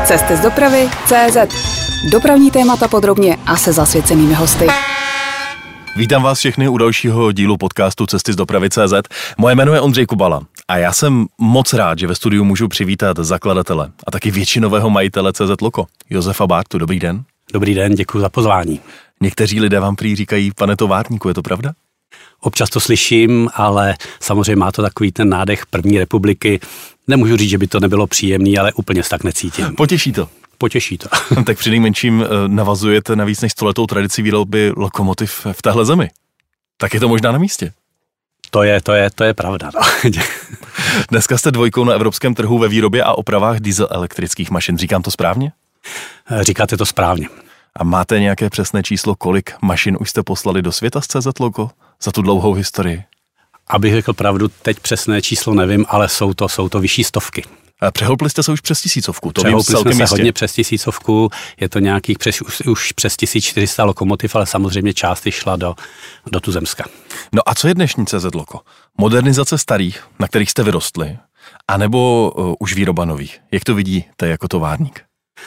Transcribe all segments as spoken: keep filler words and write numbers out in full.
Cesty z dopravy tečka cé zet. Dopravní témata podrobně a se zasvěcenými hosty. Vítám vás všechny u dalšího dílu podcastu Cesty z dopravy tečka cé zet. Moje jméno je Ondřej Kubala a já jsem moc rád, že ve studiu můžu přivítat zakladatele a taky většinového majitele C Z Loko, Josefa Bártu. Dobrý den. Dobrý den, děkuji za pozvání. Někteří lidé vám prý říkají pane továrníku, je to pravda? Občas to slyším, ale samozřejmě má to takový ten nádech první republiky. Nemůžu říct, že by to nebylo příjemný, ale úplně se tak necítím. Potěší to. Potěší to. Tak při nejmenším navazujete na víc než stoletou tradici výroby lokomotiv v téhle zemi. Tak je to možná na místě. To je, to je, to je pravda. No. Dneska jste dvojkou na evropském trhu ve výrobě a opravách dieselelektrických mašin. Říkám to správně? Říkáte to správně. A máte nějaké přesné číslo, kolik mašin už jste poslali do světa z C Z Loko za tu dlouhou historii? Abych řekl pravdu, teď přesné číslo nevím, ale jsou to, jsou to vyšší stovky. A přehoupli jste se už přes tisícovku, to vím celkem jsme se jistě. hodně přes tisícovku, je to nějakých přes, už, už přes tisíc čtyři sta lokomotiv, ale samozřejmě část šla do, do Tuzemska. No a co je dnešní C Z Loko? Modernizace starých, na kterých jste vyrostli, anebo uh, už výroba nových? Jak to vidíte jako továrník?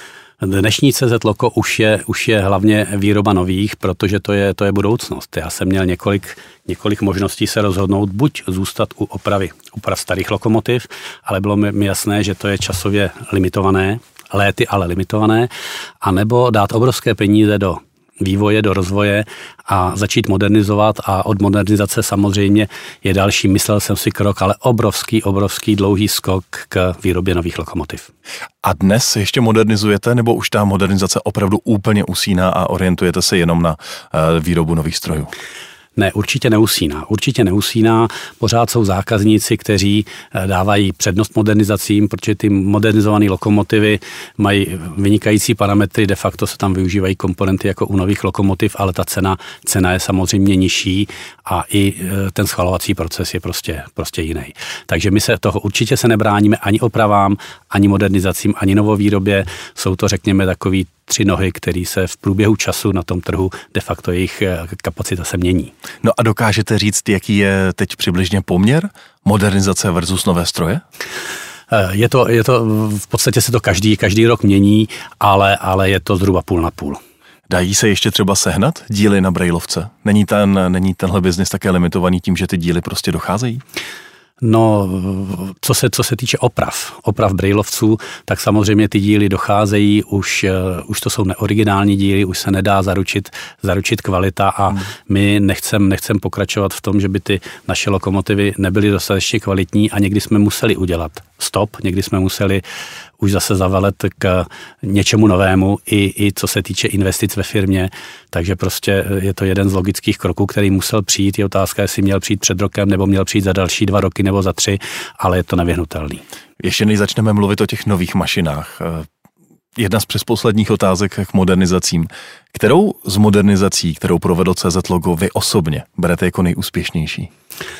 Dnešní C Z Loko už je, už je hlavně výroba nových, protože to je, to je budoucnost. Já jsem měl několik, několik možností se rozhodnout, buď zůstat u opravy, oprav starých lokomotiv, ale bylo mi jasné, že to je časově limitované, léty ale limitované, anebo dát obrovské peníze do vývoje, do rozvoje a začít modernizovat a od modernizace samozřejmě je další, myslel jsem si krok, ale obrovský, obrovský dlouhý skok k výrobě nových lokomotiv. A dnes ještě modernizujete, nebo už ta modernizace opravdu úplně usíná a orientujete se jenom na uh, výrobu nových strojů? Ne, určitě neusíná. Určitě neusíná. Pořád jsou zákazníci, kteří dávají přednost modernizacím, protože ty modernizované lokomotivy mají vynikající parametry, de facto se tam využívají komponenty jako u nových lokomotiv, ale ta cena, cena je samozřejmě nižší a i ten schvalovací proces je prostě, prostě jiný. Takže my se toho určitě se nebráníme ani opravám, ani modernizacím, ani novovýrobě. Jsou to, řekněme, takový tři nohy, které se v průběhu času na tom trhu de facto jejich kapacita se mění. No a dokážete říct, jaký je teď přibližně poměr modernizace versus nové stroje? Je to, je to v podstatě se to každý, každý rok mění, ale, ale je to zhruba půl na půl. Dají se ještě třeba sehnat díly na brailovce? Není, ten, není tenhle biznis také limitovaný tím, že ty díly prostě docházejí? No, co se, co se týče oprav, oprav brailovců, tak samozřejmě ty díly docházejí, už, už to jsou neoriginální díly, už se nedá zaručit, zaručit kvalita a hmm. my nechcem, nechcem pokračovat v tom, že by ty naše lokomotivy nebyly dostatečně kvalitní a někdy jsme museli udělat stop, někdy jsme museli už zase zavalet k něčemu novému, i, i co se týče investic ve firmě, takže prostě je to jeden z logických kroků, který musel přijít. Je otázka, jestli měl přijít před rokem, nebo měl přijít za další dva roky, nebo za tři, ale je to nevyhnutelný. Ještě než začneme mluvit o těch nových mašinách, jedna z přesposledních otázek k modernizacím. Kterou z modernizací, kterou provedl C Z Logo, vy osobně berete jako nejúspěšnější?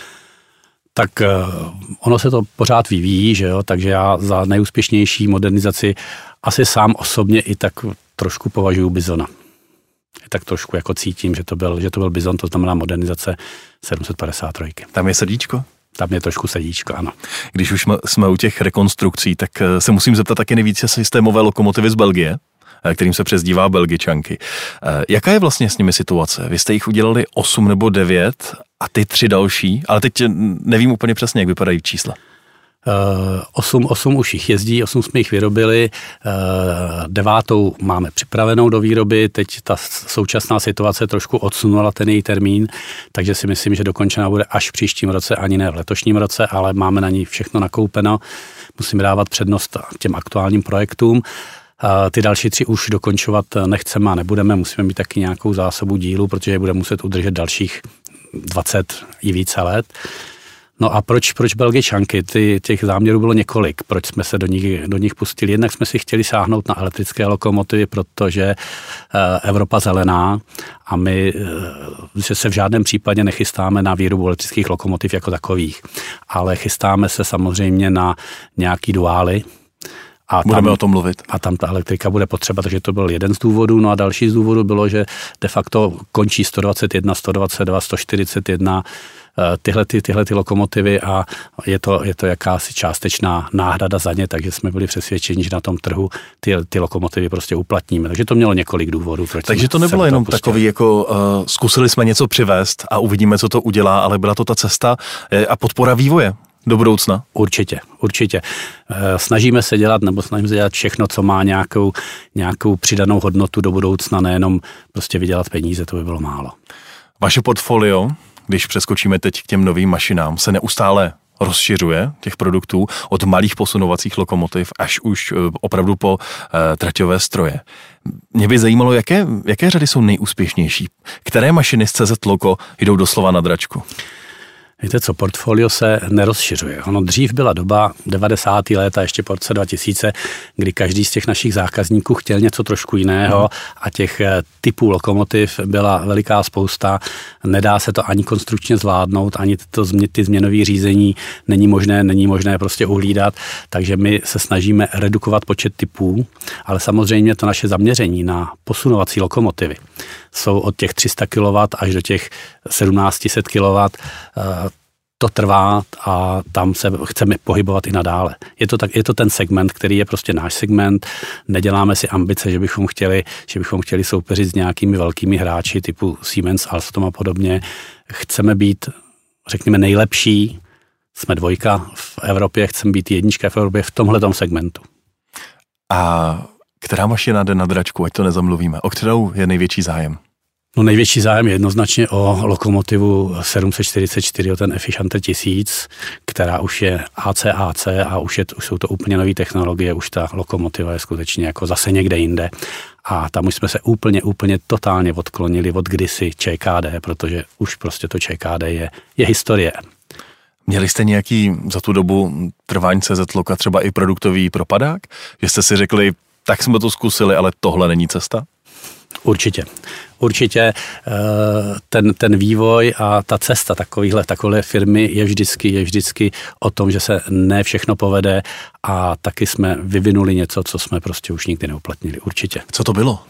Tak ono se to pořád vyvíjí, že jo? Takže já za nejúspěšnější modernizaci asi sám osobně i tak trošku považuji Bizona. I tak trošku jako cítím, že to byl, že to byl Bizon, to znamená modernizace sedm set padesát tři. Tam je srdíčko? Tam je trošku sedíčko, ano. Když už jsme u těch rekonstrukcí, tak se musím zeptat taky nejvíce systémové lokomotivy z Belgie, kterým se přezdívá Belgičanky. Jaká je vlastně s nimi situace? Vy jste jich udělali osm nebo devět a ty tři další, ale teď nevím úplně přesně, jak vypadají čísla. Uh, osm, osm už jich jezdí, osm jsme jich vyrobili, uh, devátou máme připravenou do výroby, teď ta současná situace trošku odsunula ten její termín, takže si myslím, že dokončená bude až v příštím roce, ani ne v letošním roce, ale máme na ní všechno nakoupeno, musíme dávat přednost těm aktuálním projektům. Ty další tři už dokončovat nechceme a nebudeme, musíme mít taky nějakou zásobu dílu, protože je budeme muset udržet dalších dvacet i více let. No a proč, proč Belgičanky? Ty, těch záměrů bylo několik. Proč jsme se do nich, do nich pustili? Jednak jsme si chtěli sáhnout na elektrické lokomotivy, protože Evropa zelená a my že se v žádném případě nechystáme na výrobu elektrických lokomotiv jako takových, ale chystáme se samozřejmě na nějaký duály, A Budeme tam, o tom mluvit. A tam ta elektrika bude potřeba, takže to byl jeden z důvodů. No a další z důvodů bylo, že de facto končí sto dvacet jedna, sto dvacet dva, sto čtyřicet jedna tyhle, ty, tyhle ty lokomotivy a je to, je to jakási částečná náhrada za ně, takže jsme byli přesvědčeni, že na tom trhu ty, ty lokomotivy prostě uplatníme. Takže to mělo několik důvodů. Takže to nebylo jenom pustili. takový, jako uh, zkusili jsme něco přivést a uvidíme, co to udělá, ale byla to ta cesta a podpora vývoje do budoucna? Určitě, určitě. Snažíme se dělat, nebo snažíme se dělat všechno, co má nějakou, nějakou přidanou hodnotu do budoucna, nejenom prostě vydělat peníze, to by bylo málo. Vaše portfolio, když přeskočíme teď k těm novým mašinám, se neustále rozšiřuje těch produktů od malých posunovacích lokomotiv až už opravdu po uh, traťové stroje. Mě by zajímalo, jaké, jaké řady jsou nejúspěšnější? Které mašiny z C Z Loco jdou doslova na dračku? Víte co, portfolio se nerozšiřuje. Ono dřív byla doba devadesátá léta, ještě po roce dva tisíce, kdy každý z těch našich zákazníků chtěl něco trošku jiného hmm. a těch typů lokomotiv byla veliká spousta. Nedá se to ani konstrukčně zvládnout, ani to, ty změnové řízení není možné, není možné prostě uhlídat, takže my se snažíme redukovat počet typů, ale samozřejmě to naše zaměření na posunovací lokomotivy jsou od těch tři sta kilowattů až do těch sedmnáct set kilowattů. To trvá a tam se chceme pohybovat i nadále. Je to, tak, je to ten segment, který je prostě náš segment. Neděláme si ambice, že bychom chtěli, že bychom chtěli soupeřit s nějakými velkými hráči typu Siemens, Alstom a podobně. Chceme být, řekněme, nejlepší. Jsme dvojka v Evropě, chceme být jednička v Evropě v tomhletom segmentu. A která mašina jde na dračku, ať to nezamluvíme? O kterou je největší zájem? No největší zájem je jednoznačně o lokomotivu sedm set čtyřicet čtyři, o ten Efficient tisíc, která už je A C A C a už, je, už jsou to úplně nové technologie, už ta lokomotiva je skutečně jako zase někde jinde. A tam už jsme se úplně, úplně totálně odklonili od kdysi Č K D, protože už prostě to Č K D je, je historie. Měli jste nějaký za tu dobu trvání C Z Loca třeba i produktový propadák? Že jste si řekli, tak jsme to zkusili, ale tohle není cesta? Určitě. Určitě ten, ten vývoj a ta cesta takovýhle, takové firmy je vždycky, je vždycky o tom, že se ne všechno povede a taky jsme vyvinuli něco, co jsme prostě už nikdy neuplatnili. Určitě. Co to bylo?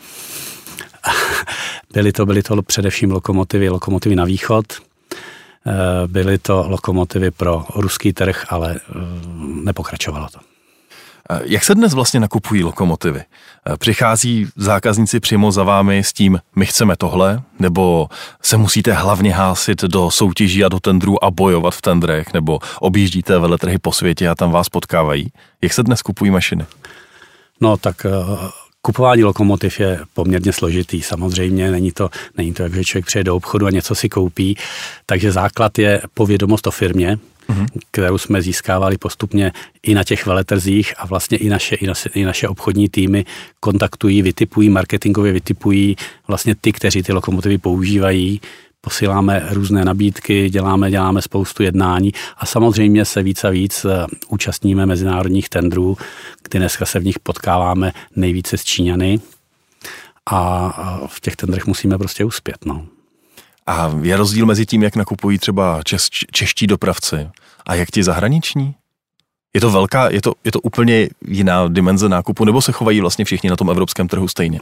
Byly to, byly to především lokomotivy, lokomotivy na východ. Byly to lokomotivy pro ruský trh, ale nepokračovalo to. Jak se dnes vlastně nakupují lokomotivy? Přichází zákazníci přímo za vámi s tím, my chceme tohle, nebo se musíte hlavně hásit do soutěží a do tendrů a bojovat v tendrech, nebo objíždíte veletrhy po světě a tam vás potkávají? Jak se dnes kupují mašiny? No tak kupování lokomotiv je poměrně složitý. Samozřejmě není to, není to, jak že člověk přijde do obchodu a něco si koupí, takže základ je povědomost o firmě, mm-hmm. kterou jsme získávali postupně i na těch veletrzích a vlastně i naše, i naše, i naše obchodní týmy kontaktují, vytipují, marketingově vytipují vlastně ty, kteří ty lokomotivy používají. Posíláme různé nabídky, děláme, děláme spoustu jednání a samozřejmě se víc a víc účastníme mezinárodních tendrů, kdy dneska se v nich potkáváme nejvíce s Číňany a v těch tendrech musíme prostě uspět. No. A je rozdíl mezi tím, jak nakupují třeba čes, čeští dopravci a jak ti zahraniční? Je to velká, je to, je to úplně jiná dimenze nákupu, nebo se chovají vlastně všichni na tom evropském trhu stejně?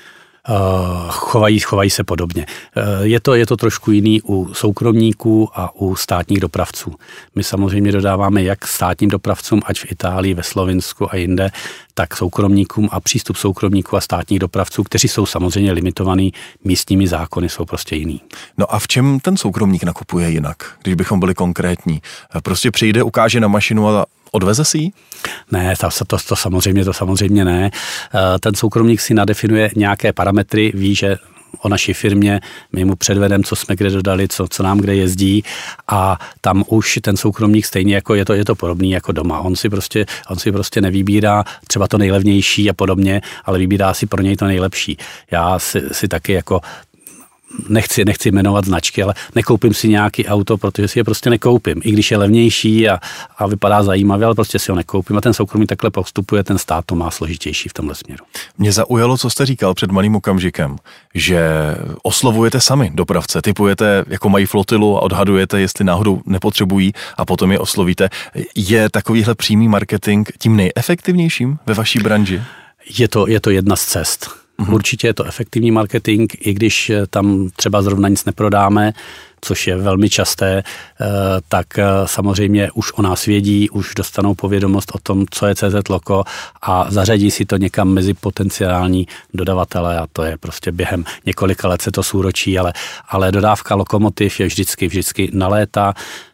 Uh, chovají, chovají se podobně. Uh, je to, je to trošku jiný u soukromníků a u státních dopravců. My samozřejmě dodáváme jak státním dopravcům, ať v Itálii, ve Slovinsku a jinde, tak soukromníkům a přístup soukromníků a státních dopravců, kteří jsou samozřejmě limitovaný místními zákony, jsou prostě jiný. No a v čem ten soukromník nakupuje jinak, když bychom byli konkrétní? Prostě přijde, ukáže na mašinu a odveze si ji? Ne, to, to, to, samozřejmě, to samozřejmě ne. Ten soukromník si nadefinuje nějaké parametry, ví, že o naší firmě, my mu předvedeme, co jsme kde dodali, co, co nám kde jezdí a tam už ten soukromník stejně jako je to, je to podobný jako doma. On si prostě, on si prostě nevybírá třeba to nejlevnější a podobně, ale vybírá si pro něj to nejlepší. Já si, si taky jako nechci, nechci jmenovat značky, ale nekoupím si nějaký auto, protože si je prostě nekoupím. I když je levnější a, a vypadá zajímavě, ale prostě si ho nekoupím. A ten soukromý takhle postupuje, ten stát to má složitější v tomhle směru. Mě zaujalo, co jste říkal před malým okamžikem, že oslovujete sami dopravce, typujete, jako mají flotilu a odhadujete, jestli náhodou nepotřebují a potom je oslovíte. Je takovýhle přímý marketing tím nejefektivnějším ve vaší branži? Je to, je to jedna z cest. Uhum. Určitě je to efektivní marketing, i když tam třeba zrovna nic neprodáme, což je velmi časté, tak samozřejmě už o nás vědí, už dostanou povědomost o tom, co je C Z Loko a zařadí si to někam mezi potenciální dodavatele a to je prostě během několika let se to súročí, ale, ale dodávka lokomotiv je vždycky, vždycky na léta.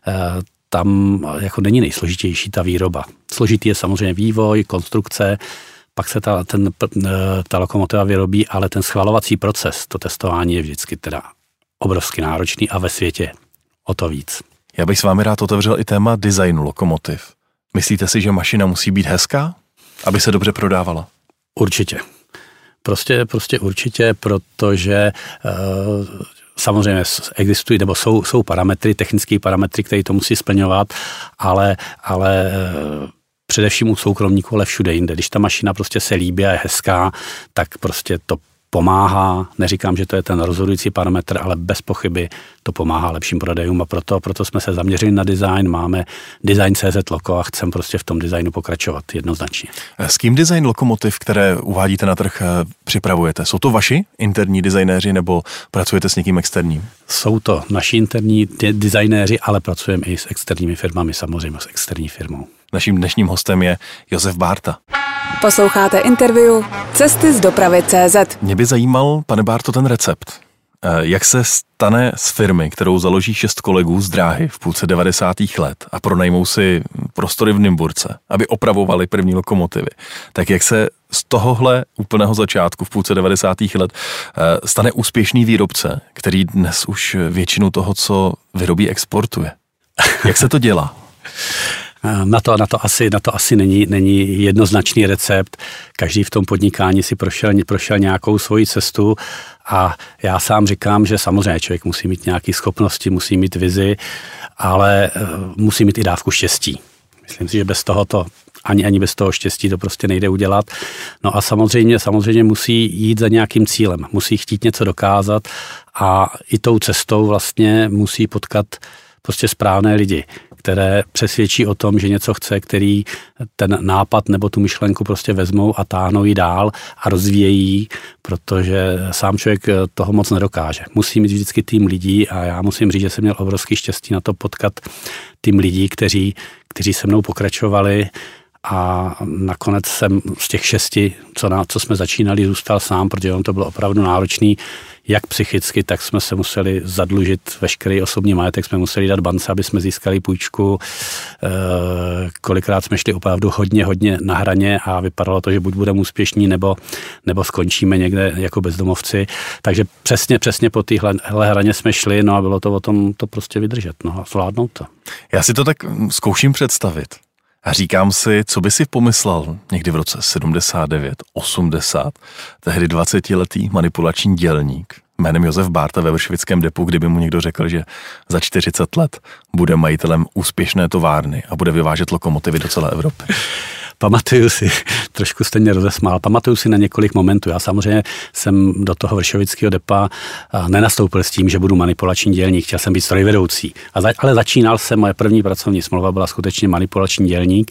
Tam jako není nejsložitější ta výroba. Složitý je samozřejmě vývoj, konstrukce, pak se ta, ten, ta lokomotiva vyrobí, ale ten schvalovací proces, to testování je vždycky teda obrovsky náročný a ve světě o to víc. Já bych s vámi rád otevřel i téma designu lokomotiv. Myslíte si, že mašina musí být hezká, aby se dobře prodávala? Určitě. Prostě, prostě určitě, protože uh, samozřejmě existují, nebo jsou, jsou parametry, technické parametry, které to musí splňovat, ale, ale uh, především u soukromníků, ale všude jinde. Když ta mašina prostě se líbí a je hezká, tak prostě to pomáhá. Neříkám, že to je ten rozhodující parametr, ale bez pochyby to pomáhá lepším prodejům a proto, proto jsme se zaměřili na design. Máme design C Z Loko a chceme prostě v tom designu pokračovat jednoznačně. S kým design lokomotiv, které uvádíte na trh, připravujete? Jsou to vaši interní designéři nebo pracujete s někým externím? Jsou to naši interní designéři, ale pracujeme i s externími firmami, samozřejmě s externí firmou. Naším dnešním hostem je Josef Bárta. Posloucháte interview Cesty z dopravy tečka cé zet. Mě by zajímal, pane Bárto, ten recept. Jak se stane z firmy, kterou založí šest kolegů z dráhy v půlce devadesátých let a pronajmou si prostory v Nymburce, aby opravovali první lokomotivy, tak jak se z tohohle úplného začátku v půlce devadesátých let stane úspěšný výrobce, který dnes už většinu toho, co vyrobí, exportuje? Jak se to dělá? Na to, na to asi, na to asi není, není jednoznačný recept. Každý v tom podnikání si prošel, prošel nějakou svoji cestu a já sám říkám, že samozřejmě člověk musí mít nějaké schopnosti, musí mít vizi, ale musí mít i dávku štěstí. Myslím si, že bez toho to, ani, ani bez toho štěstí to prostě nejde udělat. No a samozřejmě, samozřejmě musí jít za nějakým cílem, musí chtít něco dokázat a i tou cestou vlastně musí potkat prostě správné lidi, které přesvědčí o tom, že něco chce, který ten nápad nebo tu myšlenku prostě vezmou a táhnou ji dál a rozvíjejí, protože sám člověk toho moc nedokáže. Musí mít vždycky tým lidí a já musím říct, že jsem měl obrovský štěstí na to potkat tým lidí, kteří, kteří se mnou pokračovali a nakonec jsem z těch šesti, co, na, co jsme začínali, zůstal sám, protože on to bylo opravdu náročný, jak psychicky, tak jsme se museli zadlužit veškerý osobní majetek, jsme museli dát bance, aby jsme získali půjčku. E, kolikrát jsme šli opravdu hodně, hodně na hraně a vypadalo to, že buď budeme úspěšní, nebo, nebo skončíme někde jako bezdomovci. Takže přesně, přesně po téhle hraně jsme šli, no a bylo to o tom to prostě vydržet, no a zvládnout to. Já si to tak zkouším představit. A říkám si, co by si pomyslel někdy v roce sedmdesát devět, osmdesát, tehdy dvacetiletý manipulační dělník jménem Josef Bárta ve vršovickém depu, kdyby mu někdo řekl, že za čtyřicet let bude majitelem úspěšné továrny a bude vyvážet lokomotivy do celé Evropy. Pamatuju si, trošku jste mě rozesmál, pamatuju si na několik momentů. Já samozřejmě jsem do toho vršovického depa nenastoupil s tím, že budu manipulační dělník, chtěl jsem být strojvedoucí. A za, ale začínal jsem, moje první pracovní smlouva byla skutečně manipulační dělník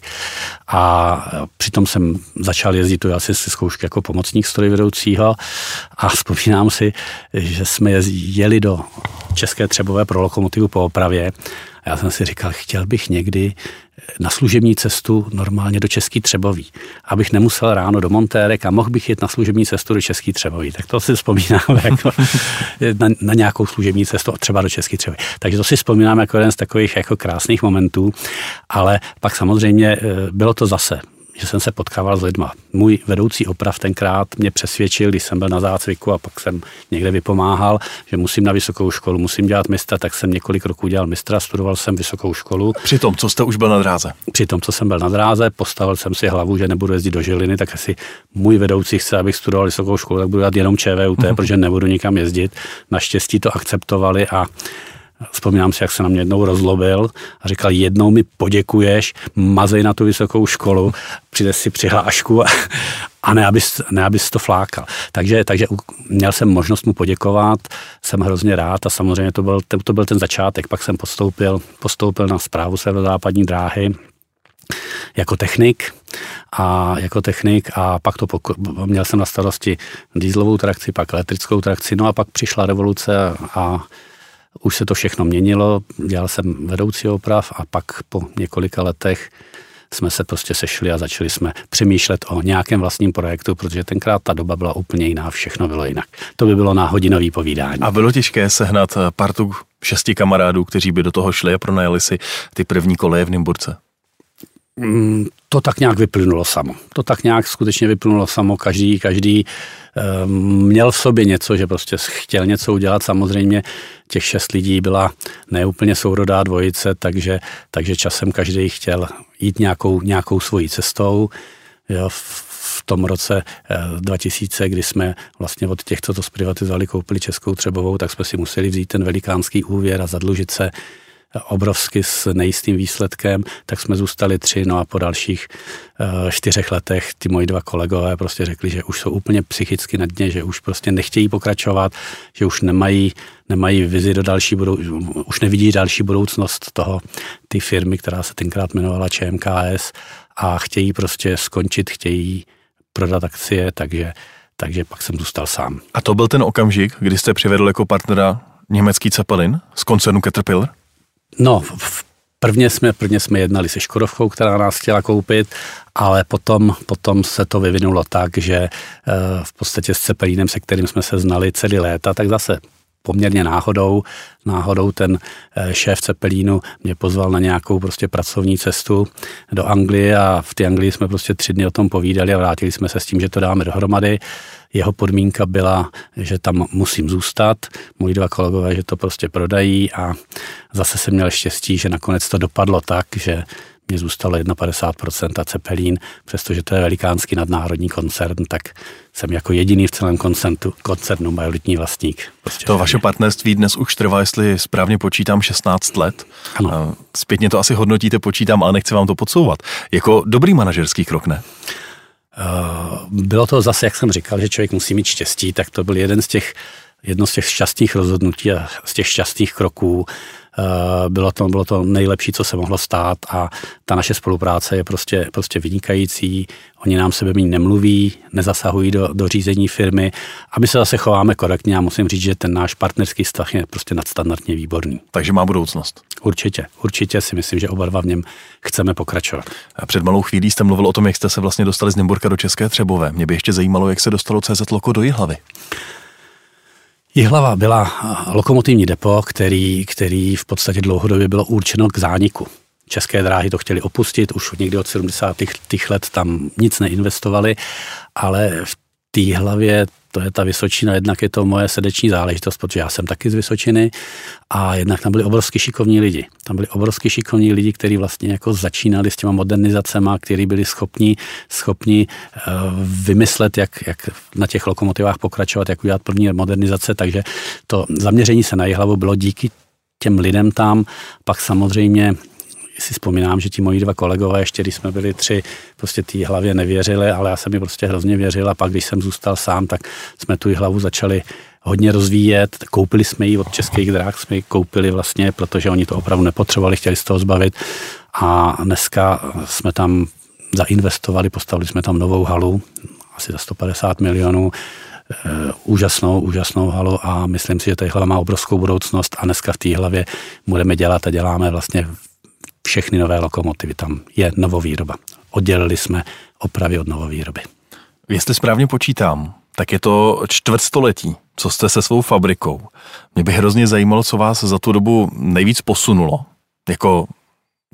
a přitom jsem začal jezdit, tu asi si zkoušky jako pomocník strojvedoucího a vzpomínám si, že jsme jeli do České Třebové pro lokomotivu po opravě. A já jsem si říkal, chtěl bych někdy na služební cestu normálně do Český Třebový, abych nemusel ráno do montérek a mohl bych jít na služební cestu do Český Třebový. Tak to si vzpomínám jako na, na nějakou služební cestu třeba do Český Třebový. Takže to si vzpomínám jako jeden z takových jako krásných momentů, ale pak samozřejmě bylo to zase že jsem se potkával s lidma. Můj vedoucí oprav tenkrát mě přesvědčil, když jsem byl na zácviku a pak jsem někde vypomáhal, že musím na vysokou školu, musím dělat mistra, tak jsem několik roků dělal mistra, studoval jsem vysokou školu. Při tom, co jste už byl na dráze? Při tom, co jsem byl na dráze, postavil jsem si hlavu, že nebudu jezdit do Žiliny, tak asi můj vedoucí chce, abych studoval vysokou školu, tak budu dělat jenom ČVUT, mm-hmm. protože nebudu nikam jezdit. Naštěstí to akceptovali a vzpomínám si, jak se na mě jednou rozlobil a říkal, jednou mi poděkuješ, mazej na tu vysokou školu, přideš si přihlášku a, a ne, abys, ne, abys to flákal. Takže, takže měl jsem možnost mu poděkovat, jsem hrozně rád a samozřejmě to byl, to byl ten začátek. Pak jsem postoupil, postoupil na správu severozápadní dráhy jako technik a jako technik a pak to poko- měl jsem na starosti dieselovou trakci, pak elektrickou trakci, no a pak přišla revoluce a, a už se to všechno měnilo, dělal jsem vedoucí oprav a pak po několika letech jsme se prostě sešli a začali jsme přemýšlet o nějakém vlastním projektu, protože tenkrát ta doba byla úplně jiná, všechno bylo jinak. To by bylo na hodinový povídání. A bylo těžké sehnat partu šesti kamarádů, kteří by do toho šli a pronajali si ty první koleje v Nymburce? To tak nějak vyplynulo samo. To tak nějak skutečně vyplynulo samo. Každý, každý um, měl v sobě něco, že prostě chtěl něco udělat. Samozřejmě těch šest lidí byla neúplně sourodá dvojice, takže, takže časem každý chtěl jít nějakou, nějakou svojí cestou. Jo, v tom roce dva tisíce, kdy jsme vlastně od těch, co to zprivatizovali, koupili Českou Třebovou, tak jsme si museli vzít ten velikánský úvěr a zadlužit se obrovsky s nejistým výsledkem, tak jsme zůstali tři, no a po dalších uh, čtyřech letech ty moji dva kolegové prostě řekli, že už jsou úplně psychicky na dně, že už prostě nechtějí pokračovat, že už nemají, nemají vizi do další budoucnosti, už nevidí další budoucnost toho, ty firmy, která se tenkrát jmenovala ČMKS a chtějí prostě skončit, chtějí prodat akcie, takže, takže pak jsem zůstal sám. A to byl ten okamžik, kdy jste přivedl jako partnera německý Zeppelin z koncernu Caterpillar? No, prvně jsme, prvně jsme jednali se Škodovkou, která nás chtěla koupit, ale potom, potom se to vyvinulo tak, že v podstatě s Zeppelinem, se kterým jsme se znali celý léta, tak zase poměrně náhodou, náhodou ten šéf Zeppelinu mě pozval na nějakou prostě pracovní cestu do Anglie a v té Anglii jsme prostě tři dny o tom povídali a vrátili jsme se s tím, že to dáme dohromady. Jeho podmínka byla, že tam musím zůstat, moji dva kolegové, že to prostě prodají a zase jsem měl štěstí, že nakonec to dopadlo tak, že mě zůstalo padesát jedna procent a Zeppelin, přestože to je velikánský nadnárodní koncern, tak jsem jako jediný v celém koncernu, koncernu majoritní vlastník. Prostě to vaše partnerství dnes už trvá, jestli správně počítám, šestnáct let. Ano. Zpětně to asi hodnotíte, počítám, ale nechci vám to podsouvat. Jako dobrý manažerský krok, ne? Bylo to zase, jak jsem říkal, že člověk musí mít štěstí, tak to byl jeden z těch, jedno z těch šťastných rozhodnutí a z těch šťastných kroků. Bylo to, bylo to nejlepší, co se mohlo stát a ta naše spolupráce je prostě, prostě vynikající. Oni nám sebe méně nemluví, nezasahují do, do řízení firmy a my se zase chováme korektně a musím říct, že ten náš partnerský vztah je prostě nadstandardně výborný. Takže má budoucnost. Určitě, určitě si myslím, že oba dva v něm chceme pokračovat. A před malou chvílí jste mluvil o tom, jak jste se vlastně dostali z Nymburka do České Třebové. Mě by ještě zajímalo, jak se dostalo C Z Loko do Jihlavy. Jihlava byla lokomotivní depo, který, který v podstatě dlouhodobě bylo určeno k zániku. České dráhy to chtěli opustit, už někdy od sedmdesátých let tam nic neinvestovali, ale v té Jihlavě, to je ta Vysočina, jednak je to moje srdeční záležitost, protože já jsem taky z Vysočiny a jednak tam byli obrovsky šikovní lidi. Tam byli obrovsky šikovní lidi, kteří vlastně jako začínali s těma modernizacema, kteří byli schopni, schopni uh, vymyslet, jak, jak na těch lokomotivách pokračovat, jak udělat první modernizace, takže to zaměření se na Jihlavu bylo díky těm lidem tam, pak samozřejmě si vzpomínám, že ti moji dva kolegové, ještě když jsme byli tři, prostě té Jihlavě nevěřili, ale já jsem ji prostě hrozně věřil a pak, když jsem zůstal sám, tak jsme tu Jihlavu začali hodně rozvíjet. Koupili jsme ji od Českých drah, jsme ji koupili vlastně, protože oni to opravdu nepotřebovali, chtěli se toho zbavit a dneska jsme tam zainvestovali, postavili jsme tam novou halu, asi za sto padesát milionů, úžasnou, úžasnou halu a myslím si, že ta Jihlava má obrovskou budoucnost a dneska v té Jihlavě budeme dělat a děláme vlastně všechny nové lokomotivy, tam je novovýroba. Oddělili jsme opravy od novovýroby. Jestli správně počítám, tak je to čtvrtstoletí, co jste se svou fabrikou. Mě by hrozně zajímalo, co vás za tu dobu nejvíc posunulo. Jako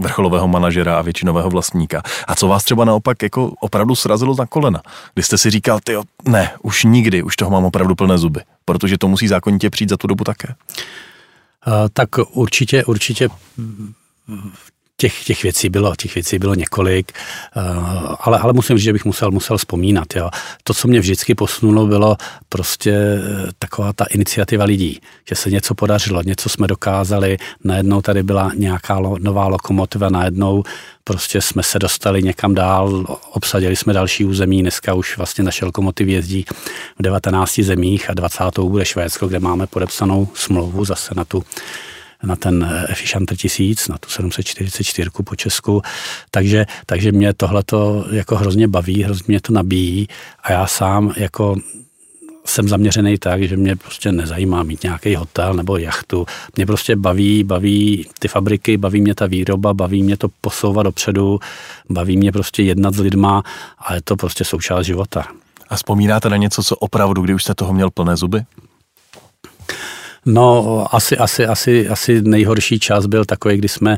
vrcholového manažera a většinového vlastníka. A co vás třeba naopak jako opravdu srazilo na kolena? Kdy jste si říkal, tyjo, ne, už nikdy, už toho mám opravdu plné zuby, protože to musí zákonitě přijít za tu dobu také. Uh, tak určitě, určitě Těch, těch věcí bylo, těch věcí bylo několik, uh, ale, ale musím říct, že bych musel, musel vzpomínat. Jo. To, co mě vždycky posunulo, bylo prostě taková ta iniciativa lidí, že se něco podařilo, něco jsme dokázali, najednou tady byla nějaká lo, nová lokomotiva, najednou prostě jsme se dostali někam dál, obsadili jsme další území, dneska už vlastně naše lokomotivy jezdí v devatenácti zemích a dvacátou bude Švédsko, kde máme podepsanou smlouvu zase na tu na ten Efficient tisíc, na tu sedm set čtyřicet čtyři po Česku, takže, takže mě tohleto jako hrozně baví, hrozně mě to nabíjí a já sám jako jsem zaměřený tak, že mě prostě nezajímá mít nějaký hotel nebo jachtu. Mě prostě baví, baví ty fabriky, baví mě ta výroba, baví mě to posouvat dopředu, baví mě prostě jednat s lidma a je to prostě součást života. A vzpomínáte na něco, co opravdu, kdy už jste toho měl plné zuby? No, asi, asi, asi, asi nejhorší čas byl takový, kdy jsme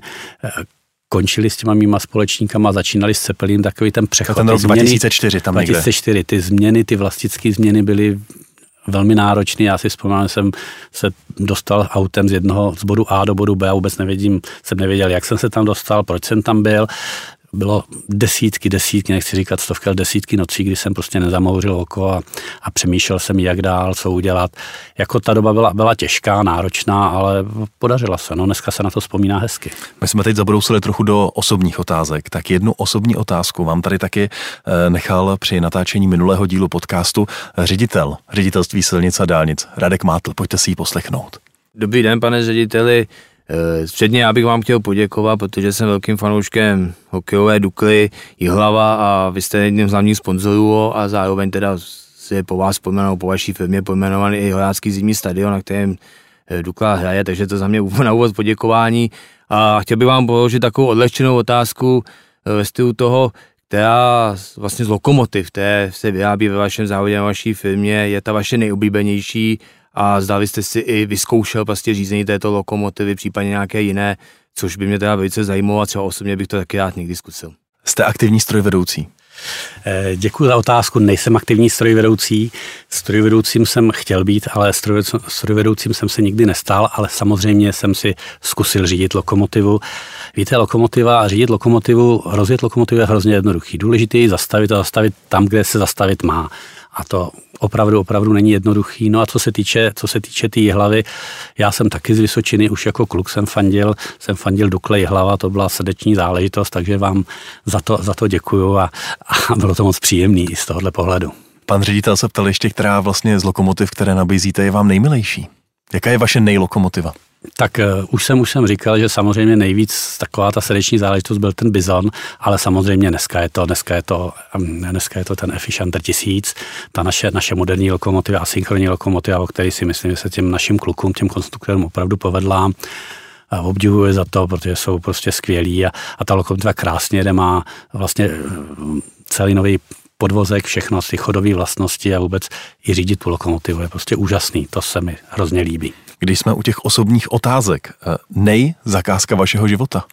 končili s těma mýma společníkama, začínali s Cepelin, takový ten přechod. Ten rok změny, dva tisíce čtyři tam někde. dva tisíce čtyři, ty změny, ty vlastické změny byly velmi náročný. Já si vzpomínám, jsem se dostal autem z jednoho, z bodu A do bodu B a vůbec nevědím, jsem nevěděl, jak jsem se tam dostal, proč jsem tam byl. Bylo desítky, desítky, nechci říkat stovky, ale desítky nocí, kdy jsem prostě nezamouřil oko a, a přemýšlel jsem, jak dál, co udělat. Jako ta doba byla, byla těžká, náročná, ale podařila se. No, dneska se na to vzpomíná hezky. My jsme teď zabrousili trochu do osobních otázek. Tak jednu osobní otázku vám tady taky nechal při natáčení minulého dílu podcastu ředitel Ředitelství silnic a dálnic Radek Mátl. Pojďte si ji poslechnout. Dobrý den, pane řediteli. Předně já bych vám chtěl poděkovat, protože jsem velkým fanouškem hokejové Dukly Jihlava a vy jste jedním z hlavních sponzorů a zároveň teda si po vás pojmenou, po vaší firmě pojmenovaný i Horácký zimní stadion, na kterém Dukla hraje, takže to za mě na úvod poděkování. A chtěl bych vám položit takovou odlehčenou otázku ve stylu toho, která vlastně z lokomotiv, které se vyrábí ve vašem závodě na vaší firmě, je ta vaše nejoblíbenější a zdali jste si i vyzkoušel vlastně řízení této lokomotivy, případně nějaké jiné, což by mě teda velice zajímalo a třeba osobně bych to taky rád někdy zkusil. Jste aktivní strojvedoucí? Děkuji za otázku. Nejsem aktivní strojvedoucí. Strojvedoucím jsem chtěl být, ale strojvedoucím jsem se nikdy nestal, ale samozřejmě jsem si zkusil řídit lokomotivu. Víte, lokomotiva a řídit lokomotivu, rozjet lokomotivu je hrozně jednoduchý. Důležité je zastavit a zastavit tam, kde se zastavit má. A to opravdu, opravdu není jednoduchý. No a co se týče, co se týče té Jihlavy, já jsem taky z Vysočiny, už jako kluk jsem fandil, jsem fandil Dukle Jihlava, to byla srdeční záležitost, takže vám za to, za to děkuju a, a bylo to moc příjemný i z tohohle pohledu. Pan ředitel se ptal ještě, která vlastně z lokomotiv, které nabízíte, je vám nejmilejší. Jaká je vaše nejlokomotiva? Tak uh, už jsem už jsem říkal, že samozřejmě nejvíc taková ta srdeční záležitost byl ten Bizon, ale samozřejmě dneska je to, dneska je to, um, dneska je to ten Efficient tisíc, ta naše, naše moderní lokomotiva, asynchronní lokomotiva, o které si myslím, že se těm našim klukům, těm konstruktorům opravdu povedla. A obdivuji za to, protože jsou prostě skvělí a, a ta lokomotiva krásně jede, má vlastně celý nový podvozek, všechno, ty chodové vlastnosti a vůbec i řídit tu lokomotivu je prostě úžasný, to se mi hrozně líbí. Když jsme u těch osobních otázek, nej zakázka vašeho života?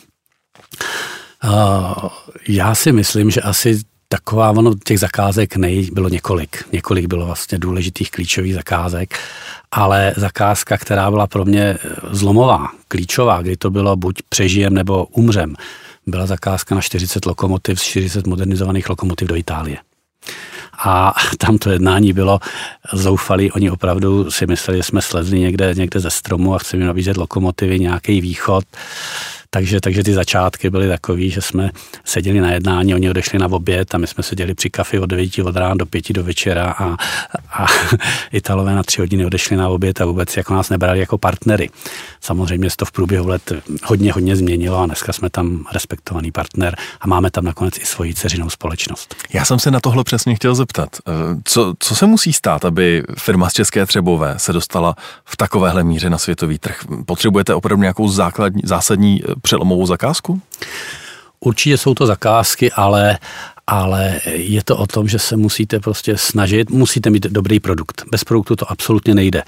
Uh, já si myslím, že asi taková, ono těch zakázek nej bylo několik. Několik bylo vlastně důležitých klíčových zakázek, ale zakázka, která byla pro mě zlomová, klíčová, kdy to bylo buď přežijem nebo umřem, byla zakázka na čtyřicet lokomotiv, čtyřicet modernizovaných lokomotiv do Itálie. A tam to jednání bylo zoufalý. Oni opravdu si mysleli, že jsme slezli někde, někde ze stromu a chceme nabízet lokomotivy, nějaký východ. Takže, takže ty začátky byly takový, že jsme seděli na jednání, oni odešli na oběd a my jsme seděli při kafi od devíti od rána do pěti do večera a, a Italové na tři hodiny odešli na oběd a vůbec jako nás nebrali jako partnery. Samozřejmě se to v průběhu let hodně, hodně změnilo a dneska jsme tam respektovaný partner a máme tam nakonec i svoji dceřinou společnost. Já jsem se na tohle přesně chtěl zeptat. Co, co se musí stát, aby firma z České Třebové se dostala v takovéhle míře na světový trh? Potřebujete opravdu nějakou základní, zásadní přelomovou zakázku? Určitě jsou to zakázky, ale, ale je to o tom, že se musíte prostě snažit, musíte mít dobrý produkt. Bez produktu to absolutně nejde.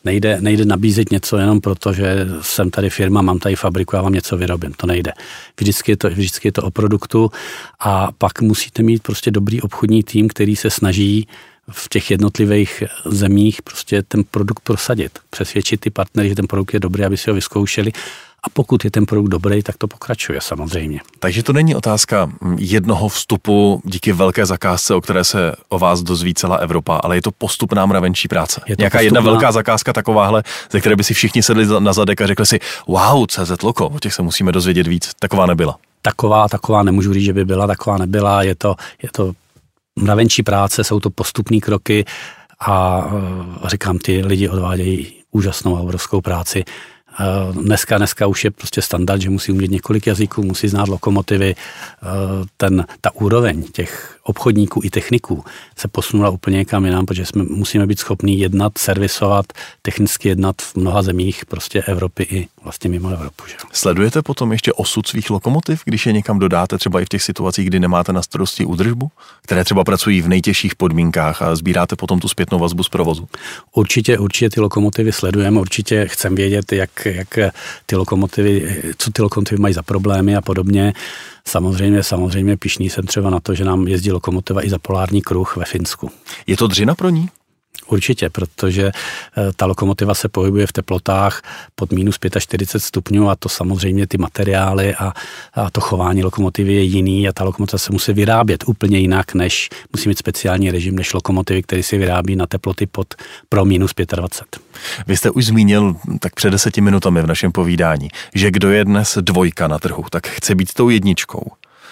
Nejde, nejde nabízet něco jenom proto, že jsem tady firma, mám tady fabriku, já vám něco vyrobím. To nejde. Vždycky je to, vždycky je to o produktu a pak musíte mít prostě dobrý obchodní tým, který se snaží v těch jednotlivých zemích prostě ten produkt prosadit. Přesvědčit ty partnery, že ten produkt je dobrý, aby si ho vyzkoušeli. A pokud je ten produkt dobrý, tak to pokračuje samozřejmě. Takže to není otázka jednoho vstupu díky velké zakázce, o které se o vás dozví celá Evropa, ale je to postupná mravenčí práce. Nějaká postupná... jedna velká zakázka takováhle, ze které by si všichni sedli na zadek a řekli si, wow, C Z Loco, o těch se musíme dozvědět víc. Taková nebyla. Taková, taková nemůžu říct, že by byla, taková nebyla. Je to, je to mravenčí práce, jsou to postupné kroky a říkám, ty lidi odvádějí úžasnou a obrovskou práci. Dneska, dneska už je prostě standard, že musí umět několik jazyků, musí znát lokomotivy. Ten, ta úroveň těch obchodníků i techniků se posunula úplně někam jinam, protože jsme, musíme být schopní jednat, servisovat, technicky jednat v mnoha zemích prostě Evropy i vlastně mimo Evropu. Že? Sledujete potom ještě osud svých lokomotiv, když je někam dodáte, třeba i v těch situacích, kdy nemáte na starosti údržbu, které třeba pracují v nejtěžších podmínkách a sbíráte potom tu zpětnou vazbu z provozu? Určitě, určitě ty lokomotivy sledujeme, určitě chceme vědět, jak, jak ty lokomotivy, co ty lokomotivy mají za problémy a podobně. Samozřejmě, samozřejmě pyšný jsem třeba na to, že nám jezdí lokomotiva i za polární kruh ve Finsku. Je to dřina pro ní? Určitě, protože ta lokomotiva se pohybuje v teplotách pod minus čtyřicet pět stupňů a to samozřejmě ty materiály a, a to chování lokomotivy je jiný a ta lokomotiva se musí vyrábět úplně jinak, než musí mít speciální režim než lokomotivy, které se vyrábí na teploty pod pro minus dvacet pět. Vy jste už zmínil tak před deseti minutami v našem povídání, že kdo je dnes dvojka na trhu, tak chce být tou jedničkou.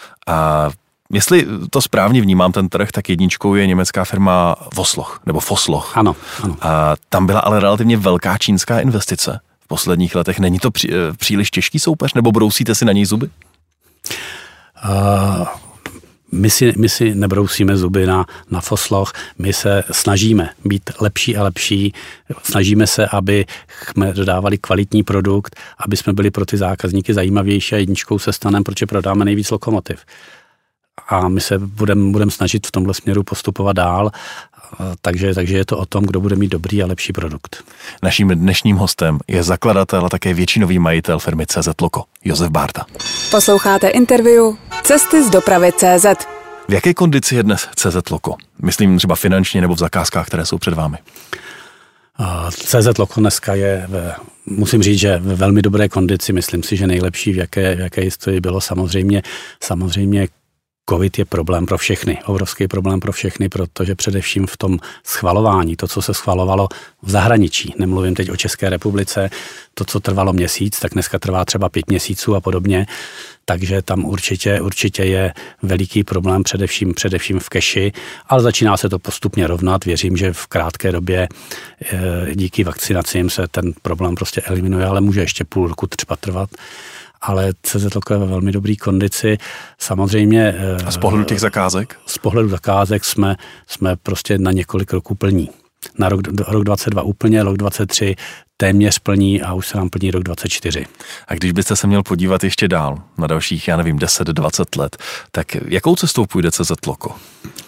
A jestli to správně vnímám ten trh, tak jedničkou je německá firma Vosloch, nebo Vosloch. Ano, ano. A tam byla ale relativně velká čínská investice v posledních letech. Není to pří, příliš těžký soupeř, nebo brousíte si na něj zuby? Uh, my, si, my si nebrousíme zuby na, na Vosloch, my se snažíme být lepší a lepší, snažíme se, aby jsme dodávali kvalitní produkt, aby jsme byli pro ty zákazníky zajímavější a jedničkou se staneme, protože prodáme nejvíc lokomotiv. A my se budeme budem snažit v tomhle směru postupovat dál, takže, takže je to o tom, kdo bude mít dobrý a lepší produkt. Naším dnešním hostem je zakladatel a také většinový majitel firmy C Z Loco, Josef Bárta. Posloucháte interview Cesty z dopravy tečka cé zet. V jaké kondici je dnes C Z Loco? Myslím třeba finančně nebo v zakázkách, které jsou před vámi. C Z Loco dneska je, ve, musím říct, že ve velmi dobré kondici, myslím si, že nejlepší, v jaké, v jaké historii bylo samozřejmě, samozřejmě COVID je problém pro všechny, obrovský problém pro všechny, protože především v tom schvalování, to, co se schvalovalo v zahraničí, nemluvím teď o České republice, to, co trvalo měsíc, tak dneska trvá třeba pět měsíců a podobně, takže tam určitě, určitě je veliký problém především, především v keši, ale začíná se to postupně rovnat, věřím, že v krátké době díky vakcinacím se ten problém prostě eliminuje, ale může ještě půl roku třeba trvat. Ale C Z Loco je ve velmi dobrý kondici. Samozřejmě... A z pohledu těch zakázek? Z pohledu zakázek jsme, jsme prostě na několik roků plní. Na rok, rok dvacet dva úplně, rok dvacet tři téměř plní a už se nám plní rok dvacet čtyři. A když byste se měl podívat ještě dál, na dalších, já nevím, deset dvacet let, tak jakou cestou půjde C Z Loco? Uh,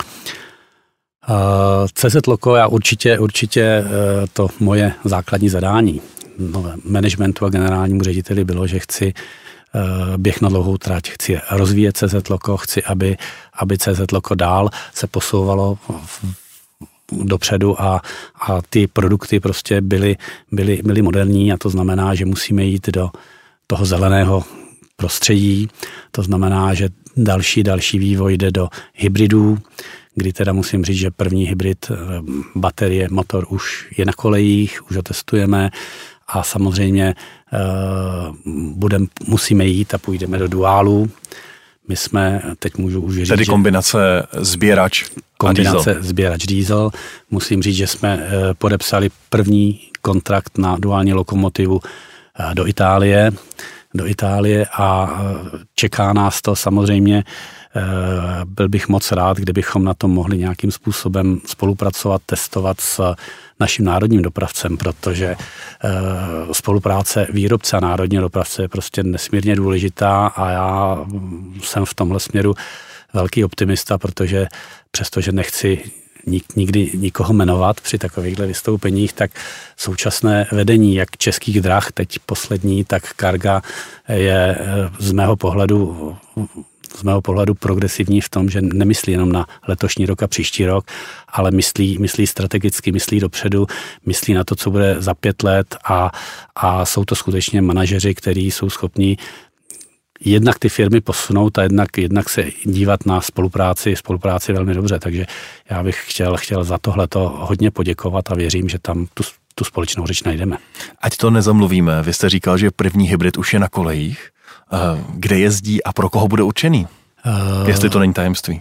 C Z Loco, já určitě, určitě uh, to moje základní zadání no, managementu a generálnímu řediteli bylo, že chci uh, běh na dlouhou trať, chci rozvíjet C Z Loco, chci, aby, aby C Z Loco dál se posouvalo v, dopředu a, a ty produkty prostě byly, byly, byly moderní a to znamená, že musíme jít do toho zeleného prostředí, to znamená, že další, další vývoj jde do hybridů, kdy teda musím říct, že první hybrid baterie, motor už je na kolejích, už ho testujeme a samozřejmě uh, budem, musíme jít a půjdeme do duálů. My jsme, teď můžu už říct, tedy kombinace sběrač kombinace a diesel. sběrač diesel. Musím říct, že jsme uh, podepsali první kontrakt na duální lokomotivu uh, do Itálie, do Itálie a uh, čeká nás to samozřejmě. Byl bych moc rád, kdybychom na tom mohli nějakým způsobem spolupracovat, testovat s naším národním dopravcem, protože spolupráce výrobce a národního dopravce je prostě nesmírně důležitá a já jsem v tomhle směru velký optimista, protože přestože nechci nik, nikdy nikoho jmenovat při takovýchhle vystoupeních, tak současné vedení jak Českých drah, teď poslední, tak Carga je z mého pohledu z mého pohledu progresivní v tom, že nemyslí jenom na letošní rok a příští rok, ale myslí, myslí strategicky, myslí dopředu, myslí na to, co bude za pět let a, a jsou to skutečně manažeři, kteří jsou schopní jednak ty firmy posunout a jednak, jednak se dívat na spolupráci, spolupráci velmi dobře. Takže já bych chtěl, chtěl za tohleto hodně poděkovat a věřím, že tam tu, tu společnou řeč najdeme. Ať to nezamluvíme, vy jste říkal, že první hybrid už je na kolejích. Kde jezdí a pro koho bude určený? Uh, Jestli to není tajemství.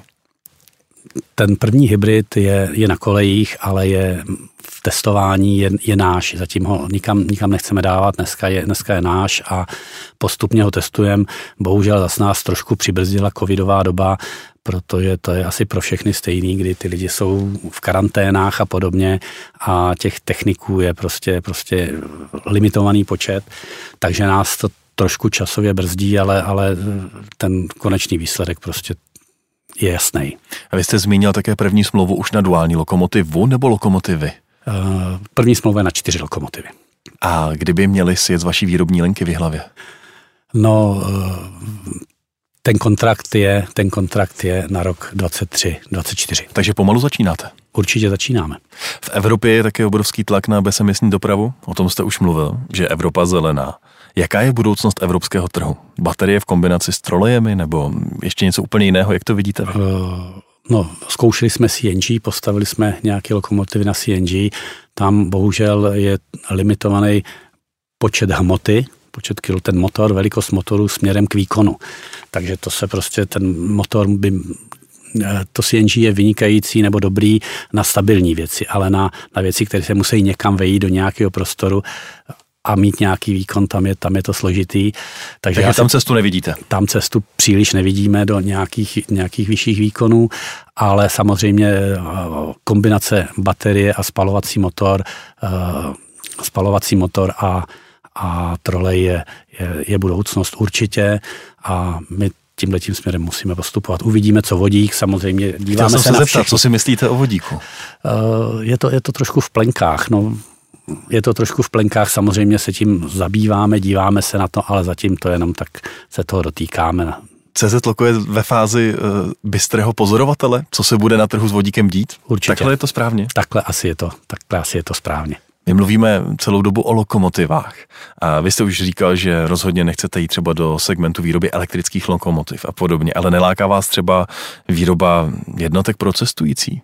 Ten první hybrid je, je na kolejích, ale je v testování, je, je náš. Zatím ho nikam, nikam nechceme dávat, dneska je, dneska je náš a postupně ho testujeme. Bohužel zas nás trošku přibrzdila covidová doba, protože to je asi pro všechny stejný, kdy ty lidi jsou v karanténách a podobně a těch techniků je prostě, prostě limitovaný počet, takže nás to trošku časově brzdí, ale, ale ten konečný výsledek prostě je jasný. A vy jste zmínil také první smlouvu už na duální lokomotivu nebo lokomotivy? První smlouva je na čtyři lokomotivy. A kdyby měli sjet z vaší výrobní linky v Jihlavě? No, ten kontrakt je, ten kontrakt je na rok dvacet tři dvacet čtyři. Takže pomalu začínáte? Určitě začínáme. V Evropě je také obrovský tlak na bezemisní dopravu, o tom jste už mluvil, že Evropa zelená. Jaká je budoucnost evropského trhu? Baterie v kombinaci s trolejemi nebo ještě něco úplně jiného, jak to vidíte vy? No, zkoušeli jsme C N G, postavili jsme nějaké lokomotivy na C N G, tam bohužel je limitovaný počet hmoty, počet kilo, ten motor, velikost motoru směrem k výkonu. Takže to se prostě, ten motor by, to C N G je vynikající nebo dobrý na stabilní věci, ale na, na věci, které se musí někam vejít do nějakého prostoru a mít nějaký výkon, tam je, tam je to složitý. Takže, Takže tam cestu nevidíte? Tam cestu příliš nevidíme do nějakých, nějakých vyšších výkonů, ale samozřejmě kombinace baterie a spalovací motor, spalovací motor a, a trolej je, je, je budoucnost určitě a my tímhletím směrem musíme postupovat. Uvidíme, co vodík, samozřejmě díváme se, se na všechno. Co si myslíte o vodíku? Je to, je to trošku v plenkách, no. Je to trošku v plenkách, samozřejmě se tím zabýváme, díváme se na to, ale zatím to jenom tak se toho dotýkáme. C Z Loko je ve fázi uh, bystrého pozorovatele, co se bude na trhu s vodíkem dít? Určitě. Takhle je to správně? Takhle asi je to, takhle asi je to správně. My mluvíme celou dobu o lokomotivách. A vy jste už říkal, že rozhodně nechcete jít třeba do segmentu výroby elektrických lokomotiv a podobně, ale neláká vás třeba výroba jednotek pro cestující?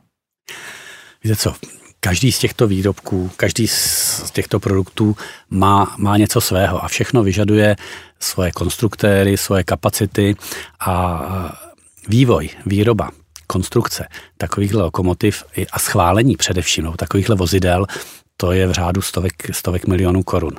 Víte co? Každý z těchto výrobků, každý z těchto produktů má, má něco svého a všechno vyžaduje svoje konstruktéry, svoje kapacity a vývoj, výroba, konstrukce takovýchhle lokomotiv a schválení především no, takovýchhle vozidel, to je v řádu stovek, stovek milionů korun.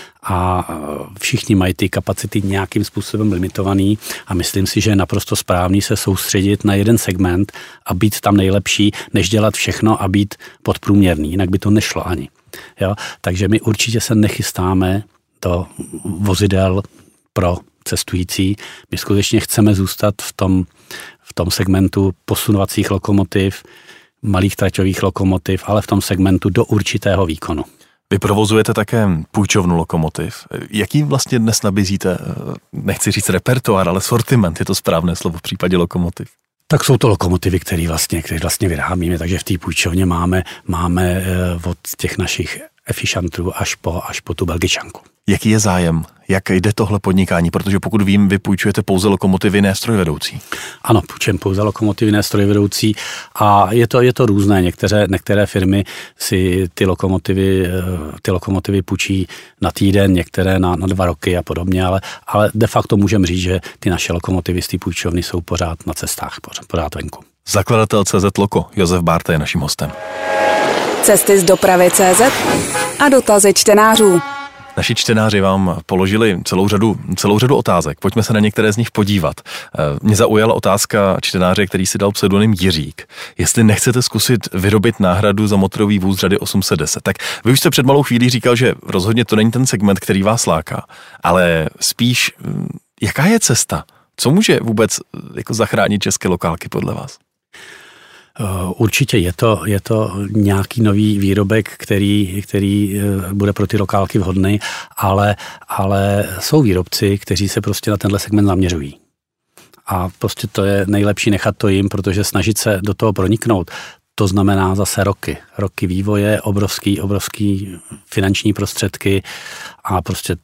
A všichni mají ty kapacity nějakým způsobem limitovaný a myslím si, že je naprosto správný se soustředit na jeden segment a být tam nejlepší, než dělat všechno a být podprůměrný, jinak by to nešlo ani. Jo? Takže my určitě se nechystáme do vozidel pro cestující. My skutečně chceme zůstat v tom, v tom segmentu posunovacích lokomotiv, malých traťových lokomotiv, ale v tom segmentu do určitého výkonu. Vy provozujete také půjčovnu lokomotiv. Jaký vlastně dnes nabízíte, nechci říct repertoár, ale sortiment, je to správné slovo v případě lokomotiv? Tak jsou to lokomotivy, které vlastně, které vlastně vyrábíme, takže v té půjčovně máme, máme od těch našich Efficientrů až po, až po tu Belgičanku. Jaký je zájem? Jak jde tohle podnikání? Protože pokud vím, vy půjčujete pouze lokomotivy, ne strojvedoucí. Ano, půjčujeme pouze lokomotivy, ne strojvedoucí a je to, je to různé. Některé, některé firmy si ty lokomotivy, ty lokomotivy půjčí na týden, některé na, na dva roky a podobně, ale, ale de facto můžeme říct, že ty naše lokomotivy z té půjčovny jsou pořád na cestách, pořád, pořád venku. Zakladatel C Z Loko, Josef Bárta je naším hostem. Cesty z dopravy tečka cé zet a dotazy čtenářů. Naši čtenáři vám položili celou řadu, celou řadu otázek. Pojďme se na některé z nich podívat. Mě zaujala otázka čtenáře, který si dal pseudonym Jiřík. Jestli nechcete zkusit vyrobit náhradu za motorový vůz řady osm set deset. Tak vy už jste před malou chvílí říkal, že rozhodně to není ten segment, který vás láká, ale spíš jaká je cesta? Co může vůbec jako zachránit české lokálky podle vás? Určitě je to, je to nějaký nový výrobek, který, který bude pro ty lokálky vhodný, ale, ale jsou výrobci, kteří se prostě na tenhle segment zaměřují. A prostě to je nejlepší nechat to jim, protože snažit se do toho proniknout, to znamená zase roky. Roky vývoje, obrovský, obrovský finanční prostředky a prostě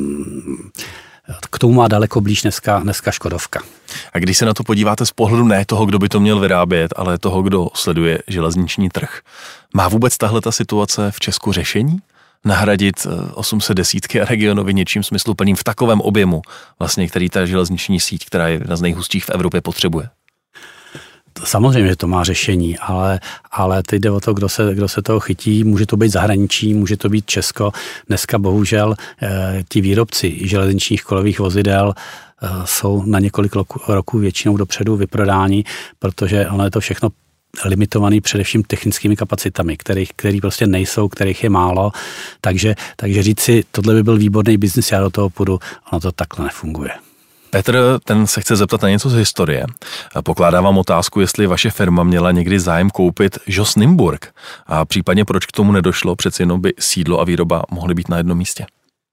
k tomu má daleko blíž dneska, dneska Škodovka. A když se na to podíváte z pohledu ne toho, kdo by to měl vyrábět, ale toho, kdo sleduje železniční trh, má vůbec tahle ta situace v Česku řešení? Nahradit osm set desítky a regionovi něčím smysluplným v takovém objemu, vlastně, který ta železniční síť, která je jedna z nejhustších v Evropě, potřebuje? Samozřejmě, že to má řešení, ale, ale teď jde o to, kdo se, kdo se toho chytí. Může to být zahraničí, může to být Česko. Dneska bohužel eh, ti výrobci železničních kolových vozidel eh, jsou na několik roků většinou dopředu vyprodáni, protože ono je to všechno limitovaný především technickými kapacitami, kterých, který prostě nejsou, kterých je málo. Takže, takže říct si, tohle by byl výborný biznis, já do toho půjdu, ono to takhle nefunguje. Petr, ten se chce zeptat na něco z historie. Pokládá vám otázku, jestli vaše firma měla někdy zájem koupit Jos Nymburk a případně proč k tomu nedošlo, přeci jenom by sídlo a výroba mohly být na jednom místě.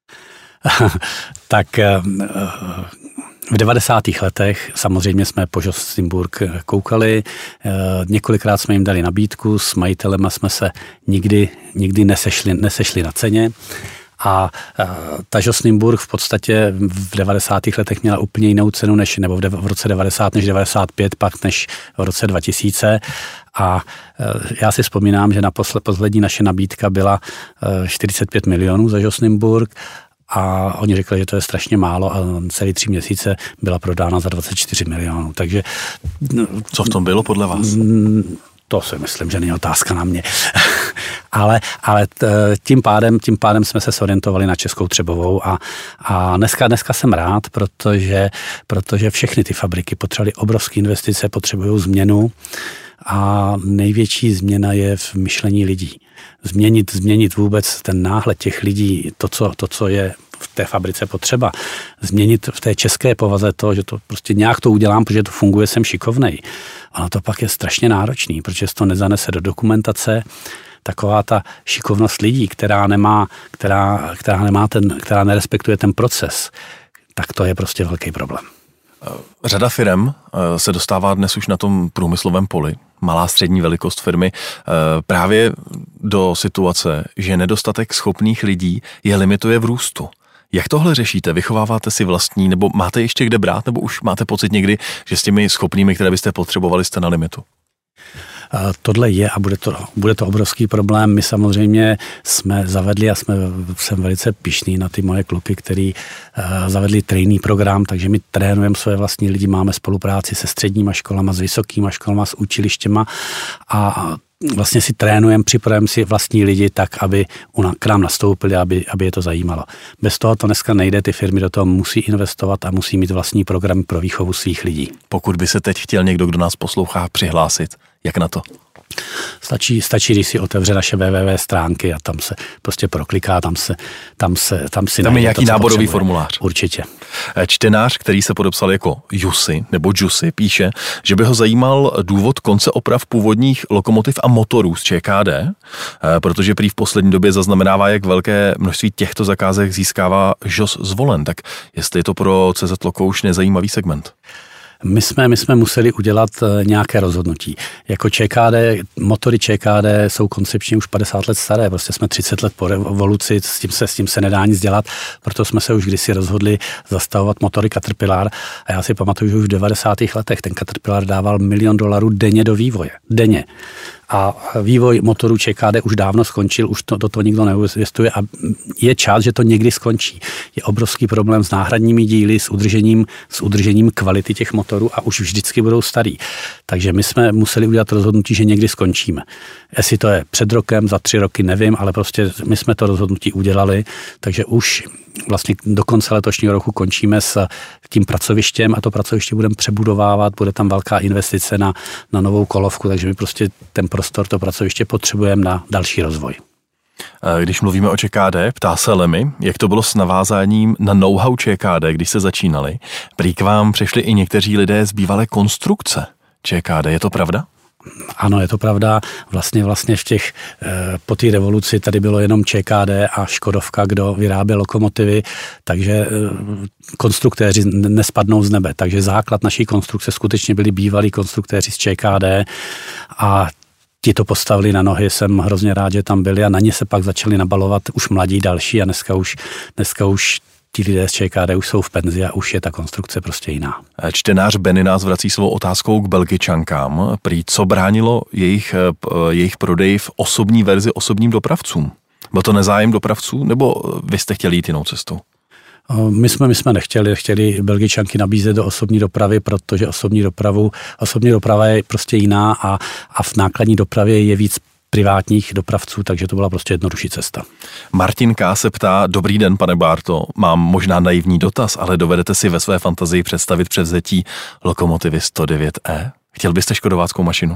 Tak v devadesátých letech samozřejmě jsme po Jos Nymburk koukali, několikrát jsme jim dali nabídku, s majitelema jsme se nikdy, nikdy nesešli, nesešli na ceně. A ta Jos Nymburk v podstatě v devadesátých letech měla úplně jinou cenu, než, nebo v roce devadesát než devadesát pět, pak než v roce dva tisíce. A já si vzpomínám, že na poslední naše nabídka byla čtyřicet pět milionů za Jos Nymburk a oni řekli, že to je strašně málo a celý tři měsíce byla prodána za dvacet čtyři milionů. Takže co v tom bylo podle vás? To si myslím, že není otázka na mě. ale ale tím, pádem, tím pádem jsme se sorientovali na Českou Třebovou a, a dneska, dneska jsem rád, protože, protože všechny ty fabriky potřebovaly obrovské investice, potřebují změnu a největší změna je v myšlení lidí. Změnit, změnit vůbec ten náhled těch lidí, to co, to, co je v té fabrice potřeba. Změnit v té české povaze to, že to prostě nějak to udělám, protože to funguje, jsem šikovnej. Ono to pak je strašně náročný, protože se to nezanese do dokumentace. Taková ta šikovnost lidí, která nemá, která, která nemá ten, která nerespektuje ten proces, tak to je prostě velký problém. Řada firem se dostává dnes už na tom průmyslovém poli, malá střední velikost firmy, právě do situace, že nedostatek schopných lidí je limituje v růstu. Jak tohle řešíte? Vychováváte si vlastní, nebo máte ještě kde brát, nebo už máte pocit někdy, že s těmi schopnými, které byste potřebovali, jste na limitu? Tohle je a bude to, bude to obrovský problém. My samozřejmě jsme zavedli a jsme, jsem velice pyšný na ty moje kluky, který uh, zavedli trainee program, takže my trénujeme své vlastní lidi, máme spolupráci se středníma školama, s vysokýma školama, s učilištěma a vlastně si trénujeme, připravujeme si vlastní lidi tak, aby k nám nastoupili, aby, aby je to zajímalo. Bez toho to dneska nejde, ty firmy do toho musí investovat a musí mít vlastní programy pro výchovu svých lidí. Pokud by se teď chtěl někdo, kdo nás poslouchá, přihlásit, jak na to? Stačí, stačí, když si otevře naše www stránky a tam se prostě prokliká, tam se, tam se, tam si tam je nějaký to, náborový potřebuje. Formulář. Určitě. Čtenář, který se podepsal jako Jussi nebo Jussi, píše, že by ho zajímal důvod konce oprav původních lokomotiv a motorů z ČKD, protože prý v poslední době zaznamenává, jak velké množství těchto zakázek získává Jos Zvolen. Tak jestli je to pro C Z Loko už nezajímavý segment? My jsme, my jsme museli udělat nějaké rozhodnutí. Jako ČKD, motory ČKD jsou koncepčně už padesát let staré, prostě jsme třicet let po revoluci, s tím se, s tím se nedá nic dělat, proto jsme se už kdysi rozhodli zastavovat motory Caterpillar a já si pamatuju, že už v devadesátých letech ten Caterpillar dával milion dolarů denně do vývoje. Denně. A vývoj motorů ČKD už dávno skončil, už to, do toho nikdo neinvestuje a je čas, že to někdy skončí. Je obrovský problém s náhradními díly, s udržením, s udržením kvality těch motorů a už vždycky budou starý. Takže my jsme museli udělat rozhodnutí, že někdy skončíme. Jestli to je před rokem, za tři roky, nevím, ale prostě my jsme to rozhodnutí udělali, takže už vlastně do konce letošního roku končíme s tím pracovištěm a to pracoviště budeme přebudovávat, bude tam velká investice na, na novou kolovku, takže my prostě ten prostor, to pracoviště potřebujeme na další rozvoj. Když mluvíme o ČKD, ptá se Lemi, jak to bylo s navázáním na know-how ČKD, když se začínali. Prý k vám přišli i někteří lidé z bývalé konstrukce ČKD, je to pravda? Ano, je to pravda. Vlastně vlastně v těch, po té revoluci tady bylo jenom ČKD a Škodovka, kdo vyráběl lokomotivy, takže konstruktéři nespadnou z nebe. Takže základ naší konstrukce skutečně byli bývalí konstruktéři z ČKD a ti to postavili na nohy, jsem hrozně rád, že tam byli a na ně se pak začali nabalovat už mladí další a dneska už, dneska už ti lidé z ČKD už jsou v penzi a už je ta konstrukce prostě jiná. Čtenář Benny nás vrací svou otázkou k Belgičankám. Prý co bránilo jejich, jejich prodej v osobní verzi osobním dopravcům? Byl to nezájem dopravců, nebo vy jste chtěli jít jinou cestou? My jsme, my jsme nechtěli, chtěli Belgičanky nabízet do osobní dopravy, protože osobní dopravu, osobní doprava je prostě jiná a, a v nákladní dopravě je víc privátních dopravců, takže to byla prostě jednodušší cesta. Martin K. se ptá, dobrý den, pane Bárto, mám možná naivní dotaz, ale dovedete si ve své fantazii představit převzetí lokomotivy sto devět E? Chtěl byste škodováckou mašinu?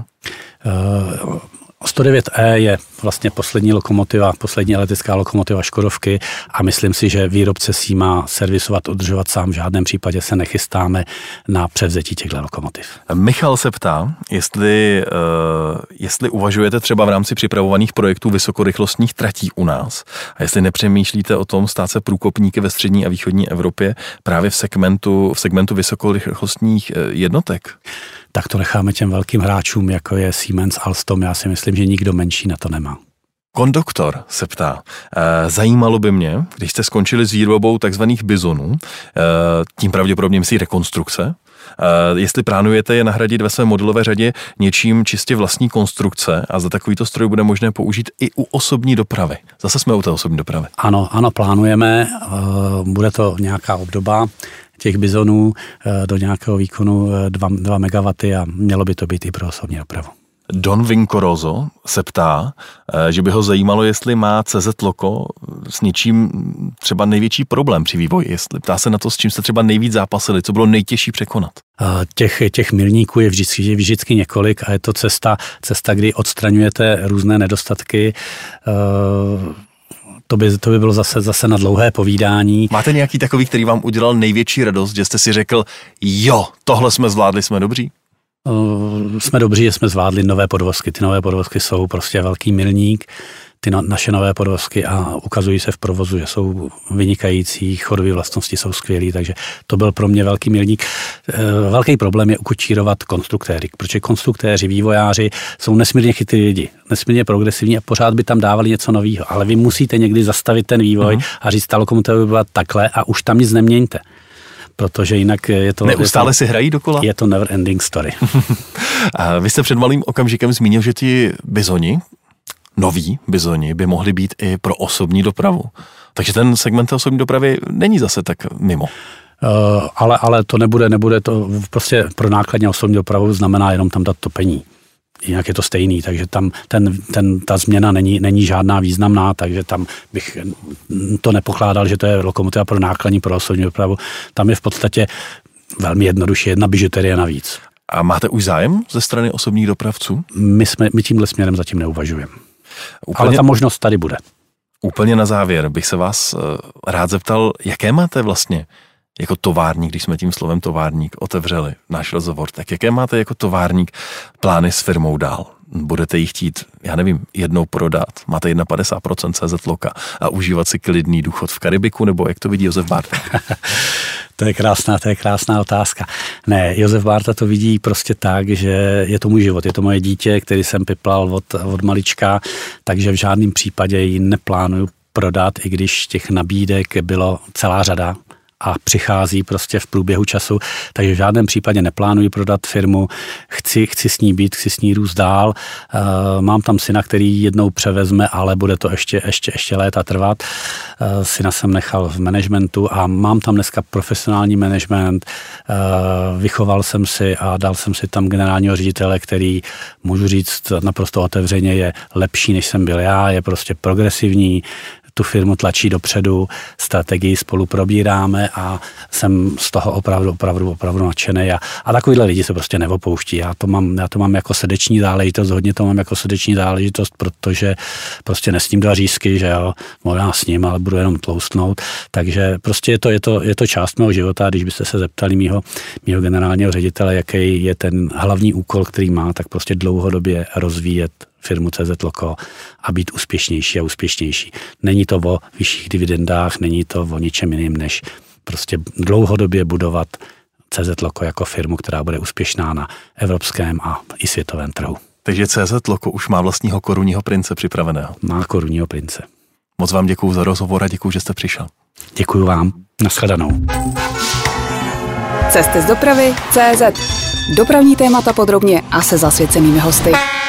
Uh, sto devět E je vlastně poslední lokomotiva, poslední elektrická lokomotiva Škodovky a myslím si, že výrobce si má servisovat, udržovat sám. V žádném případě se nechystáme na převzetí těchto lokomotiv. Michal se ptá, jestli, uh, jestli uvažujete třeba v rámci připravovaných projektů vysokorychlostních tratí u nás a jestli nepřemýšlíte o tom stát se průkopníky ve střední a východní Evropě právě v segmentu, v segmentu vysokorychlostních jednotek. Tak to necháme těm velkým hráčům, jako je Siemens, Alstom. Já si myslím, že nikdo menší na to nemá. Konduktor se ptá, zajímalo by mě, když jste skončili s výrobou takzvaných bizonů, tím pravděpodobně myslí rekonstrukce, jestli plánujete je nahradit ve své modelové řadě něčím čistě vlastní konstrukce a za takovýto stroj bude možné použít i u osobní dopravy. Zase jsme u té osobní dopravy. Ano, ano, plánujeme, bude to nějaká obdoba těch bizonů do nějakého výkonu dva megawaty a mělo by to být i pro osobní dopravu. Don Vincoroso se ptá, že by ho zajímalo, jestli má C Z Loco s něčím třeba největší problém při vývoji. Jestli ptá se na to, s čím jste třeba nejvíc zápasili, co bylo nejtěžší překonat. Těch, těch milníků je vždycky, vždycky několik a je to cesta, cesta, kdy odstraňujete různé nedostatky. To by, to by bylo zase, zase na dlouhé povídání. Máte nějaký takový, který vám udělal největší radost, že jste si řekl, jo, tohle jsme zvládli, jsme dobří? Uh, jsme dobří, že jsme zvládli nové podvozky. Ty nové podvozky jsou prostě velký milník. Ty no, naše nové podvozky a ukazují se v provozu, že jsou vynikající, chodové vlastnosti jsou skvělý, takže to byl pro mě velký milník. Uh, velký problém je ukočírovat konstruktéry, protože konstruktéři, vývojáři jsou nesmírně chytrý lidi, nesmírně progresivní a pořád by tam dávali něco nového, ale vy musíte někdy zastavit ten vývoj uh-huh. a říct, ta lokomotiva by byla takhle a už tam nic neměňte. Protože jinak je to... Neustále je to, si hrají dokola? Je to never ending story. A vy jste před malým okamžikem zmínil, že ti bizoni, noví bizoni, by mohli být i pro osobní dopravu. Takže ten segment osobní dopravy není zase tak mimo. Uh, ale, ale to nebude, nebude to prostě pro nákladní osobní dopravu znamená jenom tam dát topení. Jinak je to stejný, takže tam ten, ten, ta změna není, není žádná významná, takže tam bych to nepokládal, že to je lokomotiva pro nákladní, pro osobní dopravu. Tam je v podstatě velmi jednoduše jedna bižuterie navíc. A máte už zájem ze strany osobních dopravců? My, jsme, my tímhle směrem zatím neuvažujeme. Úplně, ale ta možnost tady bude. Úplně na závěr bych se vás rád zeptal, jaké máte vlastně jako továrník, když jsme tím slovem továrník otevřeli náš rozhovor, tak jaké máte jako továrník plány s firmou dál? Budete ji chtít, já nevím, jednou prodat, máte padesát jedna procent C Z Loca a užívat si klidný důchod v Karibiku, nebo jak to vidí Josef Bárta? To je krásná, to je krásná otázka. Ne, Josef Bárta to vidí prostě tak, že je to můj život, je to moje dítě, který jsem piplal od, od malička, takže v žádném případě ji neplánuju prodat, i když těch nabídek bylo celá řada a přichází prostě v průběhu času, takže v žádném případě neplánuji prodat firmu, chci, chci s ní být, chci s ní růst dál, uh, mám tam syna, který jednou převezme, ale bude to ještě, ještě, ještě léta trvat. Uh, syna jsem nechal v managementu a mám tam dneska profesionální management, uh, vychoval jsem si a dal jsem si tam generálního ředitele, který, můžu říct naprosto otevřeně, je lepší, než jsem byl já, je prostě progresivní, tu firmu tlačí dopředu, strategii spolu probíráme a jsem z toho opravdu, opravdu, opravdu nadšený. A, a takovýhle lidi se prostě neopouští. Já to mám, já to mám jako srdeční záležitost, hodně to mám jako srdeční záležitost, protože prostě nesním dva řízky, že jo, možná s ním, ale budu jenom tloustnout. Takže prostě je to, je to, je to část mého života. Když byste se zeptali mýho, mýho generálního ředitele, jaký je ten hlavní úkol, který má, tak prostě dlouhodobě rozvíjet firmu C Z Loco a být úspěšnější a úspěšnější. Není to o vyšších dividendách, není to o ničem jiným, než prostě dlouhodobě budovat C Z Loco jako firmu, která bude úspěšná na evropském a i světovém trhu. Takže C Z Loco už má vlastního korunního prince připraveného. Má korunního prince. Moc vám děkuju za rozhovor a děkuju, že jste přišel. Děkuju vám. Nashledanou. Cesty z dopravy C Z. Dopravní témata podrobně a se zasvěcenými hosty.